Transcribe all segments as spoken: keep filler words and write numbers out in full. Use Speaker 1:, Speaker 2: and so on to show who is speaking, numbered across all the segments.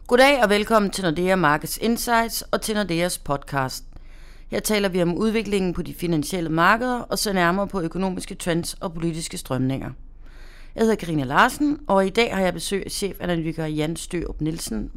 Speaker 1: Goddag og velkommen til Nordea Markets Insights og til Nordeas podcast. Her taler vi om udviklingen på de finansielle markeder og ser nærmere på økonomiske trends og politiske strømninger. Jeg hedder Karina Larsen, og i dag har jeg besøg af chefanalytiker Jan Størup Nielsen.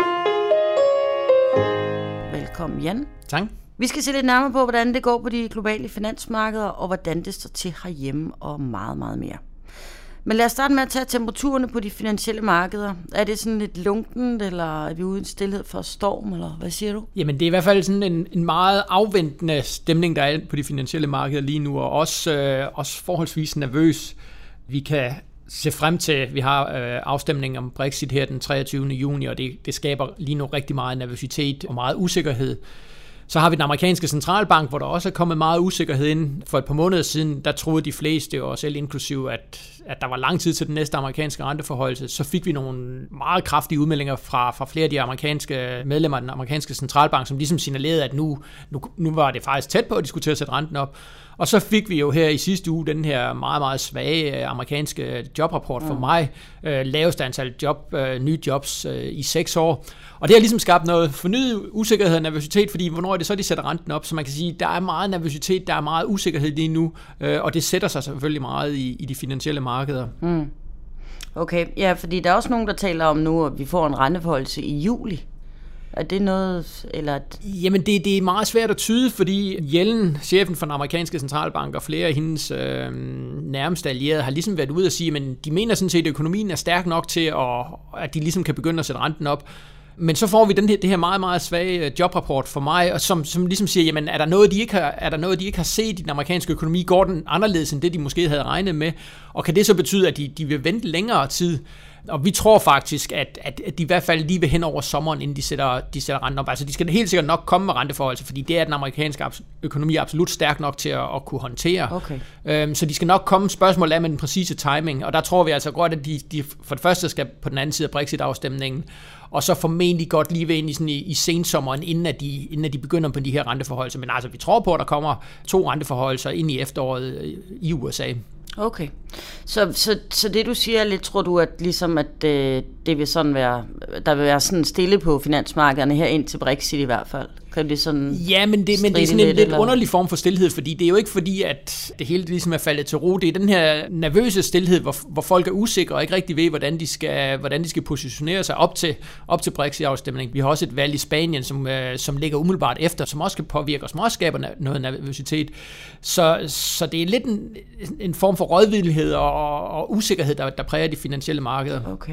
Speaker 1: Velkommen, Jan.
Speaker 2: Tak.
Speaker 1: Vi skal se lidt nærmere på, hvordan det går på de globale finansmarkeder og hvordan det står til herhjemme og meget, meget mere. Men lad os starte med at tage temperaturerne på de finansielle markeder. Er det sådan lidt lunkent, eller er vi ude i en stilhed for storm, eller hvad siger du?
Speaker 2: Jamen det er i hvert fald sådan en, en meget afventende stemning, der er på de finansielle markeder lige nu, og også, øh, også forholdsvis nervøs. Vi kan se frem til, vi har øh, afstemning om Brexit her den treogtyvende juni, og det, det skaber lige nu rigtig meget nervøsitet og meget usikkerhed. Så har vi den amerikanske centralbank, hvor der også er kommet meget usikkerhed ind. For et par måneder siden, der troede de fleste, og selv inklusive, at, at der var lang tid til den næste amerikanske renteforhøjelse. Så fik vi nogle meget kraftige udmeldinger fra, fra flere af de amerikanske medlemmer af den amerikanske centralbank, som ligesom signalerede, at nu, nu, nu var det faktisk tæt på, at de skulle til at sætte renten op. Og så fik vi jo her i sidste uge den her meget, meget svage amerikanske jobrapport for mig. Øh, laveste antal job, øh, nye jobs øh, i seks år. Og det har ligesom skabt noget fornyet usikkerhed og nervøsitet, fordi hvornår er det så, de sætter renten op? Så man kan sige, der er meget nervøsitet, der er meget usikkerhed lige nu, øh, og det sætter sig selvfølgelig meget i, i de finansielle markeder.
Speaker 1: Mm. Okay, ja, fordi der er også nogen, der taler om nu, at vi får en renteforhøjelse i juli. Er det noget, eller... At...
Speaker 2: Jamen, det, det er meget svært at tyde, fordi Yellen, chefen for den amerikanske centralbank, og flere af hendes øh, nærmeste allierede har ligesom været ude og sige, men de mener sådan set, at økonomien er stærk nok til, at, at de ligesom kan begynde at sætte renten op. Men så får vi den her, det her meget, meget svage jobrapport for mig, og som, som ligesom siger, jamen, er der noget, de ikke har, er der noget, de ikke har set i den amerikanske økonomi? Går den anderledes end det, de måske havde regnet med? Og kan det så betyde, at de, de vil vente længere tid? Og vi tror faktisk, at, at, at de i hvert fald lige vil hen over sommeren, inden de sætter, de sætter renten op. Altså, de skal helt sikkert nok komme med renteforhold, fordi det er den amerikanske økonomi absolut stærk nok til at, at kunne håndtere.
Speaker 1: Okay.
Speaker 2: Øhm, så de skal nok komme spørgsmål af med den præcise timing, og der tror vi altså godt, at de, de for det første skal på den anden side af Brexit-afstemningen, og så formentlig godt lige ved ind i, sådan i, i sensommeren, inden at, de, inden at de begynder på de her renteforholdelser. Men altså, vi tror på, at der kommer to renteforholdelser ind i efteråret i U S A.
Speaker 1: Okay, så, så, så det du siger lidt, tror du, at ligesom at øh, det vil sådan være, der vil være sådan stille på finansmarkederne her ind til Brexit i hvert fald? Kan det sådan
Speaker 2: ja, men det, men det er sådan en lidt, lidt underlig form for stilhed, fordi det er jo ikke fordi, at det hele ligesom er faldet til ro. Det er den her nervøse stilhed, hvor, hvor folk er usikre og ikke rigtig ved, hvordan de skal, hvordan de skal positionere sig op til, op til Brexit-afstemningen. Vi har også et valg i Spanien, som, øh, som ligger umiddelbart efter, som også kan påvirke os, som også skaber noget nervøsitet. Så, så det er lidt en, en form for rådvillighed og, og usikkerhed, der, der præger de finansielle markeder.
Speaker 1: Okay.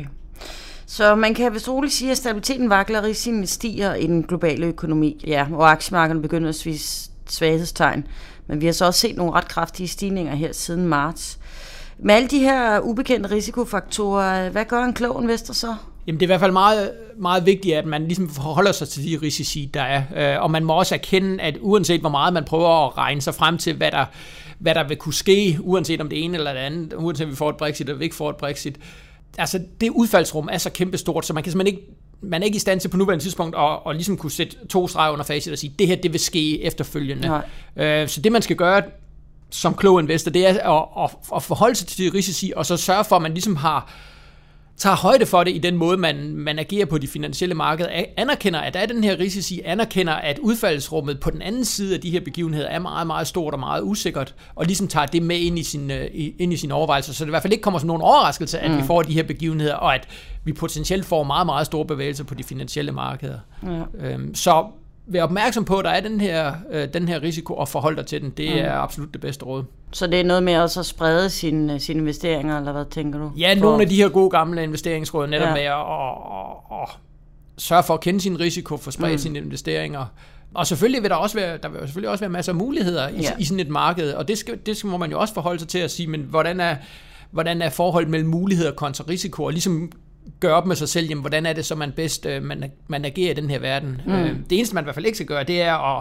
Speaker 1: Så man kan vist roligt sige, at stabiliteten vakler, risikoen stiger i den globale økonomi. Ja, og aktiemarkederne begynder at vise svaghedstegn. Men vi har så også set nogle ret kraftige stigninger her siden marts. Med alle de her ubekendte risikofaktorer, hvad gør en klog investor så?
Speaker 2: Jamen det er i hvert fald meget, meget vigtigt, at man ligesom forholder sig til de risici, der er. Og man må også erkende, at uanset hvor meget man prøver at regne sig frem til, hvad der, hvad der vil kunne ske, uanset om det ene eller det andet, uanset om vi får et Brexit eller vi ikke får et Brexit, altså det udfaldsrum er så kæmpestort, så man kan simpelthen ikke, man er ikke i stand til på nuværende tidspunkt at, at ligesom kunne sætte to streger under facit og sige, det her det vil ske efterfølgende. Nej. Så det man skal gøre som klog investor, det er at, at, at forholde sig til de risici, og så sørge for, at man ligesom har tager højde for det i den måde, man, man agerer på de finansielle markeder, anerkender, at der er den her risici, anerkender, at udfaldsrummet på den anden side af de her begivenheder er meget, meget stort og meget usikkert, og ligesom tager det med ind i sin, ind i sin overvejelser, så det i hvert fald ikke kommer som nogen overraskelse, at mm. vi får de her begivenheder, og at vi potentielt får meget, meget store bevægelser på de finansielle markeder. Ja. Øhm, så vær opmærksom på, at der er den her, øh, den her risiko, og forhold dig til den. Det mm. er absolut det bedste råd.
Speaker 1: Så det er noget med også at sprede sine, sine investeringer, eller hvad tænker du?
Speaker 2: Ja, for... nogle af de her gode gamle investeringsråd, netop ja. med at, at, at, at sørge for at kende sin risiko, for at sprede mm. sine investeringer. Og selvfølgelig vil der også være, der vil selvfølgelig også være masser af muligheder i, ja. i sådan et marked, og det, skal, det skal, må man jo også forholde sig til at sige, men hvordan er, hvordan er forholdet mellem muligheder kontra risiko, og ligesom gøre op med sig selv, jamen, hvordan er det så, man bedst man, man agerer i den her verden. Mm. Det eneste, man i hvert fald ikke skal gøre, det er at,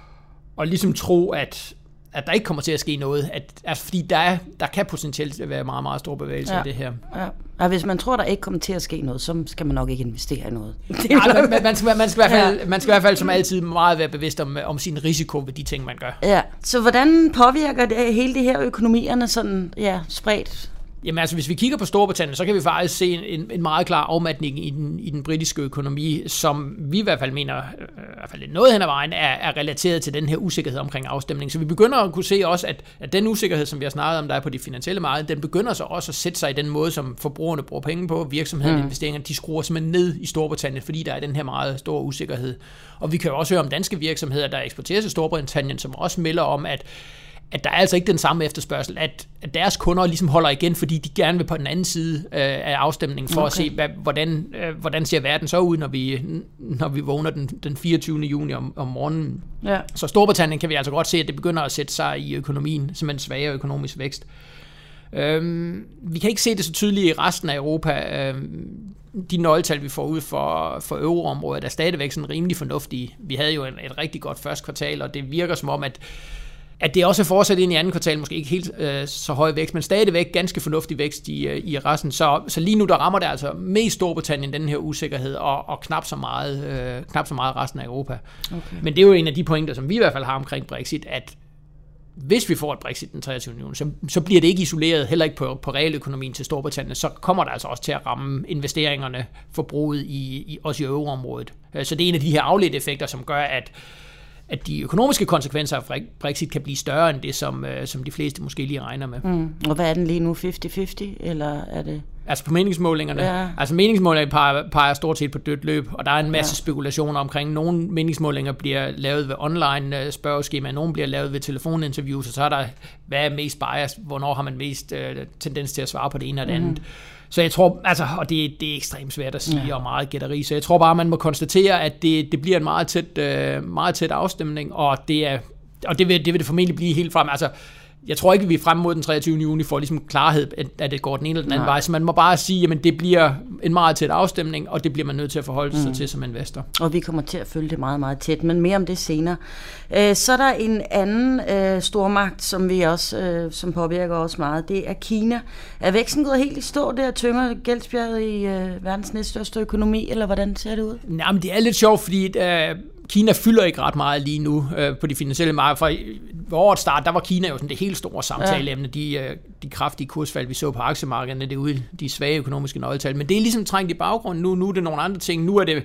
Speaker 2: at ligesom tro, at, at der ikke kommer til at ske noget. At, altså, fordi der, er, der kan potentielt være meget, meget store bevægelser ja. i det her.
Speaker 1: Ja. Og hvis man tror, der ikke kommer til at ske noget, så skal man nok ikke investere i noget.
Speaker 2: Nej, man, man, skal, man, skal i hvert fald, ja. man skal i hvert fald som altid meget være bevidst om, om sin risiko ved de ting, man gør.
Speaker 1: Ja. Så hvordan påvirker det hele det her økonomierne sådan, ja, spredt
Speaker 2: Jamen altså, hvis vi kigger på Storbritannien, så kan vi faktisk se en, en meget klar afmatning i den, i den britiske økonomi, som vi i hvert fald mener, i hvert fald noget hen ad vejen, er, er relateret til den her usikkerhed omkring afstemning. Så vi begynder at kunne se også, at, at den usikkerhed, som vi har snakket om, der er på de finansielle marked, den begynder så også at sætte sig i den måde, som forbrugerne bruger penge på, virksomheden, mm. investeringerne, de skruer simpelthen ned i Storbritannien, fordi der er den her meget store usikkerhed. Og vi kan jo også høre om danske virksomheder, der eksporterer til Storbritannien, som også melder om, at at der er altså ikke den samme efterspørgsel, at, at deres kunder ligesom holder igen, fordi de gerne vil på den anden side øh, af afstemningen, for okay. at se, hvad, hvordan, øh, hvordan ser verden så ud, når vi, når vi vågner den, den fireogtyvende juni om, om morgenen. Ja. Så Storbritannien kan vi altså godt se, at det begynder at sætte sig i økonomien, som en svagere økonomisk vækst. Øhm, vi kan ikke se det så tydeligt i resten af Europa. Øhm, de nøgletal, vi får ud for, for euroområdet, er stadigvæk sådan rimelig fornuftige. Vi havde jo en, et rigtig godt første kvartal, og det virker som om, at at det også er fortsat ind i anden kvartal, måske ikke helt øh, så høj vækst, men stadigvæk ganske fornuftig vækst i, øh, i resten. Så, så lige nu, der rammer det altså mest Storbritannien, den her usikkerhed, og, og knap, så meget, øh, knap så meget resten af Europa. Okay. Men det er jo en af de pointer, som vi i hvert fald har omkring Brexit, at hvis vi får et Brexit den treogtyvende juni, så, så bliver det ikke isoleret, heller ikke på, på realøkonomien til Storbritannien, så kommer der altså også til at ramme investeringerne, forbruget i, i, også i euroområdet. Så det er en af de her afledte effekter, som gør, at at de økonomiske konsekvenser af Brexit kan blive større end det, som, øh, som de fleste måske lige regner med.
Speaker 1: Mm. Og hvad er den lige nu? halvtreds halvtreds, eller er det?
Speaker 2: Altså på meningsmålingerne. Ja. Altså meningsmålingerne peger, peger stort set på dødt løb, og der er en masse ja. spekulationer omkring. Nogle meningsmålinger bliver lavet ved online spørgeskemaer, nogle bliver lavet ved telefoninterviews, og så er der, hvad er mest bias, hvornår har man mest øh, tendens til at svare på det ene og det andet. Mm. Så jeg tror, altså, og det, det er ekstremt svært at sige, ja. og meget gætteri, så jeg tror bare, man må konstatere, at det, det bliver en meget tæt, øh, meget tæt afstemning, og det er, og det vil, det vil det formentlig blive helt frem. Altså, jeg tror ikke, at vi frem mod den treogtyvende juni får ligesom klarhed, at det går den ene eller den anden Nej. vej, så man må bare sige, at det bliver en meget tæt afstemning, og det bliver man nødt til at forholde sig mm. til som investor.
Speaker 1: Og vi kommer til at følge det meget, meget tæt, men mere om det senere. Så er der en anden øh, stormagt, som vi også, øh, som påvirker os meget, det er Kina. Er væksten gået helt i stå der, tynger gældsbjerget i øh, verdens næststørste økonomi, eller hvordan ser det ud?
Speaker 2: Nej, men det er lidt sjovt, fordi øh, Kina fylder ikke ret meget lige nu øh, på de finansielle markeder. For ved årets start, der var Kina jo sådan det helt store samtaleemne, ja. de, øh, de kraftige kursfald, vi så på aktiemarkederne, det ude, de svage økonomiske nøgletal. Men det er ligesom trængt i baggrunden nu. Nu er det nogle andre ting. Nu er det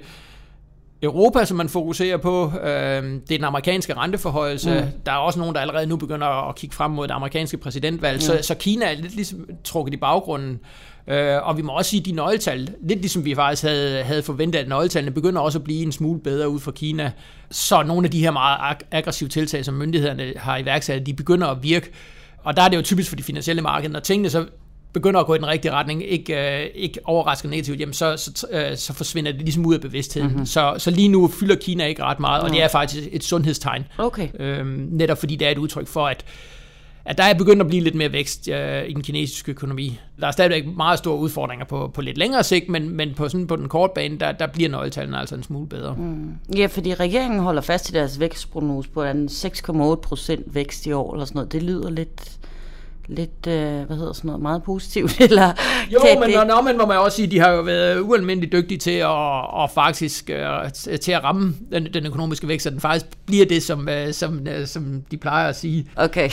Speaker 2: Europa, som man fokuserer på. Øh, det er den amerikanske renteforhøjelse. Mm. Der er også nogen, der allerede nu begynder at kigge frem mod det amerikanske præsidentvalg. Mm. Så, så Kina er lidt ligesom trukket i baggrunden. Øh, og vi må også sige, at de nøgletal, lidt ligesom vi faktisk havde, havde forventet, at nøgletallene begynder også at blive en smule bedre ud for Kina. Så nogle af de her meget ag- aggressive tiltag, som myndighederne har iværksat, de begynder at virke. Og der er det jo typisk for de finansielle markeder, når tingene så begynder at gå i den rigtige retning, ikke, øh, ikke overraskende negativt, jamen så, så, øh, så forsvinder det ligesom ud af bevidstheden. Mm-hmm. Så, så lige nu fylder Kina ikke ret meget, og det er faktisk et sundhedstegn. Okay. Øhm, netop fordi det er et udtryk for, at, at der er begyndt at blive lidt mere vækst øh, i den kinesiske økonomi. Der er stadigvæk meget store udfordringer på, på lidt længere sigt, men, men på, sådan, på den korte bane, der, der bliver nøgletallene altså en smule bedre. Mm.
Speaker 1: Ja, fordi regeringen holder fast i deres vækstprognose på en seks komma otte procent vækst i år, eller sådan noget. Det lyder lidt... lidt, øh, hvad hedder sådan noget, meget positivt, eller...
Speaker 2: Jo, men det... når man må man også sige, de har jo været ualmindeligt dygtige til at, og faktisk øh, til at ramme den, den økonomiske vækst, så den faktisk bliver det, som, øh, som, øh, som de plejer at sige.
Speaker 1: Okay.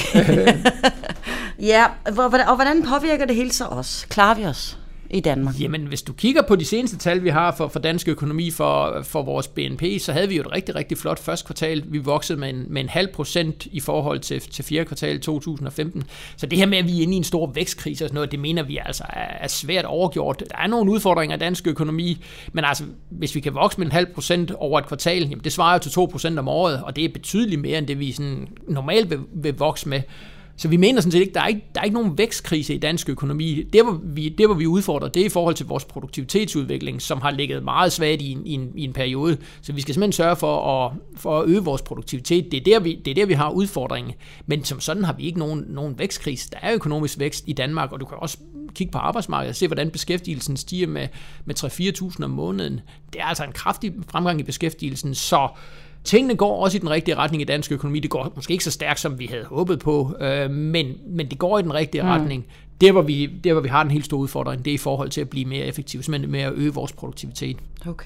Speaker 1: Ja, og hvordan påvirker det hele så os? Klarer vi os i Danmark?
Speaker 2: Jamen, hvis du kigger på de seneste tal, vi har for, for dansk økonomi for, for vores B N P, så havde vi jo et rigtig, rigtig flot første kvartal. Vi voksede med en, med en halv procent i forhold til, til fjerde kvartal to tusind og femten. Så det her med, at vi er inde i en stor vækstkrise og sådan noget, det mener vi altså er, er svært overgjort. Der er nogle udfordringer af dansk økonomi, men altså, hvis vi kan vokse med en halv procent over et kvartal, jamen det svarer jo til to procent om året, og det er betydeligt mere, end det vi sådan normalt vil, vil vokse med. Så vi mener sådan set ikke, der er ikke, der er ikke nogen vækstkrise i dansk økonomi. Det, hvor vi, det, hvor vi udfordrer, det er i forhold til vores produktivitetsudvikling, som har ligget meget svagt i en, i en, i en periode. Så vi skal simpelthen sørge for at, for at øge vores produktivitet. Det er, der, vi, det er der, vi har udfordringen. Men som sådan har vi ikke nogen, nogen vækstkrise. Der er økonomisk vækst i Danmark, og du kan også kigge på arbejdsmarkedet og se, hvordan beskæftigelsen stiger med, med tre til fire tusind om måneden. Det er altså en kraftig fremgang i beskæftigelsen, så tingene går også i den rigtige retning i dansk økonomi. Det går måske ikke så stærkt, som vi havde håbet på, øh, men, men det går i den rigtige mm. retning. Der hvor, vi, der, hvor vi har den helt store udfordring, det er i forhold til at blive mere effektive, simpelthen med at øge vores produktivitet.
Speaker 1: Okay.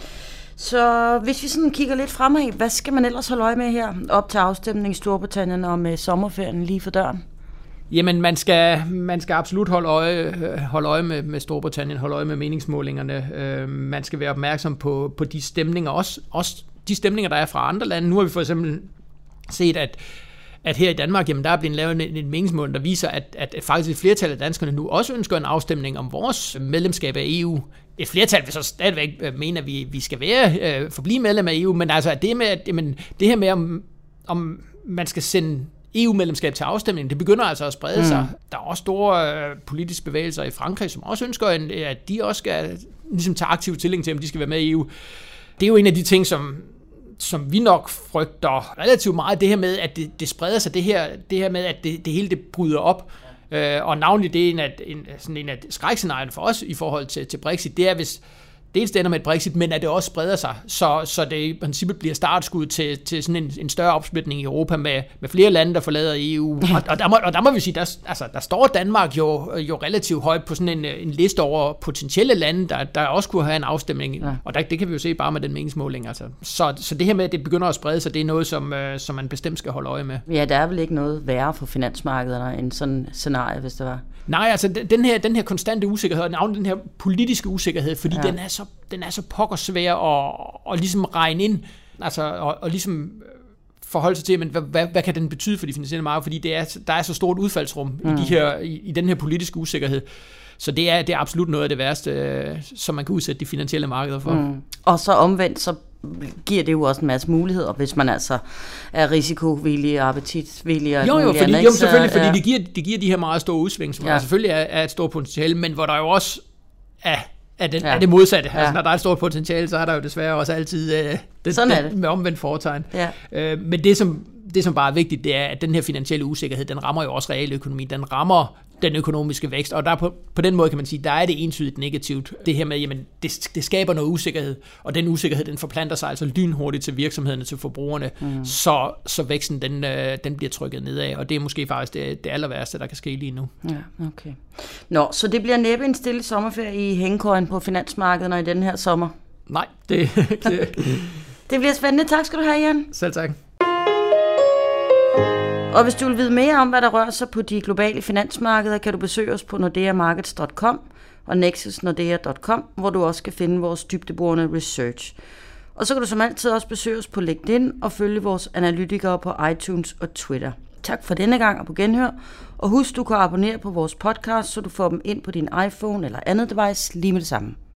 Speaker 1: Så hvis vi sådan kigger lidt fremad, hvad skal man ellers holde øje med her op til afstemningen i Storbritannien og med sommerferien lige for døren?
Speaker 2: Jamen, man skal, man skal absolut holde øje, holde øje med, med Storbritannien, holde øje med meningsmålingerne. Øh, man skal være opmærksom på, på de stemninger, også, også de stemninger, der er fra andre lande. Nu har vi for eksempel set, at, at her i Danmark, jamen, der er blevet lavet en, en meningsmåling, der viser, at, at faktisk et flertal af danskerne nu også ønsker en afstemning om vores medlemskab af E U. Et flertal vil så stadigvæk mene, at vi, vi skal være, øh, forblive medlem af E U, men altså det, med, at, jamen, det her med, om, om man skal sende E U-medlemskab til afstemning, det begynder altså at sprede mm. sig. Der er også store øh, politiske bevægelser i Frankrig, som også ønsker, at de også skal ligesom tage aktiv stilling til, om de skal være med i E U. Det er jo en af de ting, som, som vi nok frygter relativt meget, det her med, at det, det spreder sig, det her, det her med, at det, det hele det bryder op. Øh, og navnlig det er en af, en, sådan en af skrækscenarierne for os i forhold til, til Brexit, det er, hvis dels det ender med et Brexit, men at det også spreder sig, så, så det i princippet bliver startskud til, til sådan en, en større opsplitning i Europa med, med flere lande, der forlader E U. Og, og, der, må, og der må vi sige, der, altså, der står Danmark jo, jo relativt højt på sådan en, en liste over potentielle lande, der, der også kunne have en afstemning. Ja. Og der, det kan vi jo se bare med den meningsmåling. Altså. Så, så det her med, at det begynder at sprede sig, det er noget, som, som man bestemt skal holde øje med.
Speaker 1: Ja, der er vel ikke noget værre for finansmarkederne end sådan et scenarie, hvis det var?
Speaker 2: Nej, altså den her, den her konstante usikkerhed, og den her politiske usikkerhed, fordi ja. den er så den er så pokker svær at, at ligesom regne ind, altså og, og ligesom forholde sig til, men hvad, hvad, hvad kan den betyde for de finansielle markeder, fordi det er, der er så stort udfaldsrum mm. i, de her, i, i den her politiske usikkerhed. Så det er, det er absolut noget af det værste, som man kan udsætte de finansielle markeder for. Mm.
Speaker 1: Og så omvendt, så giver det jo også en masse muligheder, hvis man altså er risikovillig og appetitvillig. Og
Speaker 2: jo, jo, fordi, jo, selvfølgelig, fordi ja. det, giver, det giver de her meget store udsving, som ja. selvfølgelig er, er et stort potentiale, men hvor der jo også er, er, den, ja. er det modsatte. Ja. Altså, når der er et stort potentiale, så er der jo desværre også altid øh, det, Sådan er det. med omvendt foretegn. Ja. Øh, men det som, det, som bare er vigtigt, det er, at den her finansielle usikkerhed, den rammer jo også realøkonomi. Den rammer den økonomiske vækst, og der på, på den måde kan man sige, der er det entydigt negativt. Det her med, jamen, det, det skaber noget usikkerhed, og den usikkerhed, den forplanter sig altså lynhurtigt til virksomhederne, til forbrugerne, mm. så, så væksten, den, den bliver trykket nedad, og det er måske faktisk det, det aller værste, der kan ske lige nu.
Speaker 1: Ja, okay. Nå, så det bliver næppe en stille sommerferie i hængekøjen på finansmarkederne i den her sommer?
Speaker 2: Nej, det... det,
Speaker 1: det bliver spændende. Tak skal du have, Jan.
Speaker 2: Selv tak.
Speaker 1: Og hvis du vil vide mere om, hvad der rører sig på de globale finansmarkeder, kan du besøge os på nordea markets punktum com og nexus nordea punktum com, hvor du også kan finde vores dybdeborende research. Og så kan du som altid også besøge os på LinkedIn og følge vores analytikere på iTunes og Twitter. Tak for denne gang og på genhør. Og husk, du kan abonnere på vores podcast, så du får dem ind på din iPhone eller andet device lige med det samme.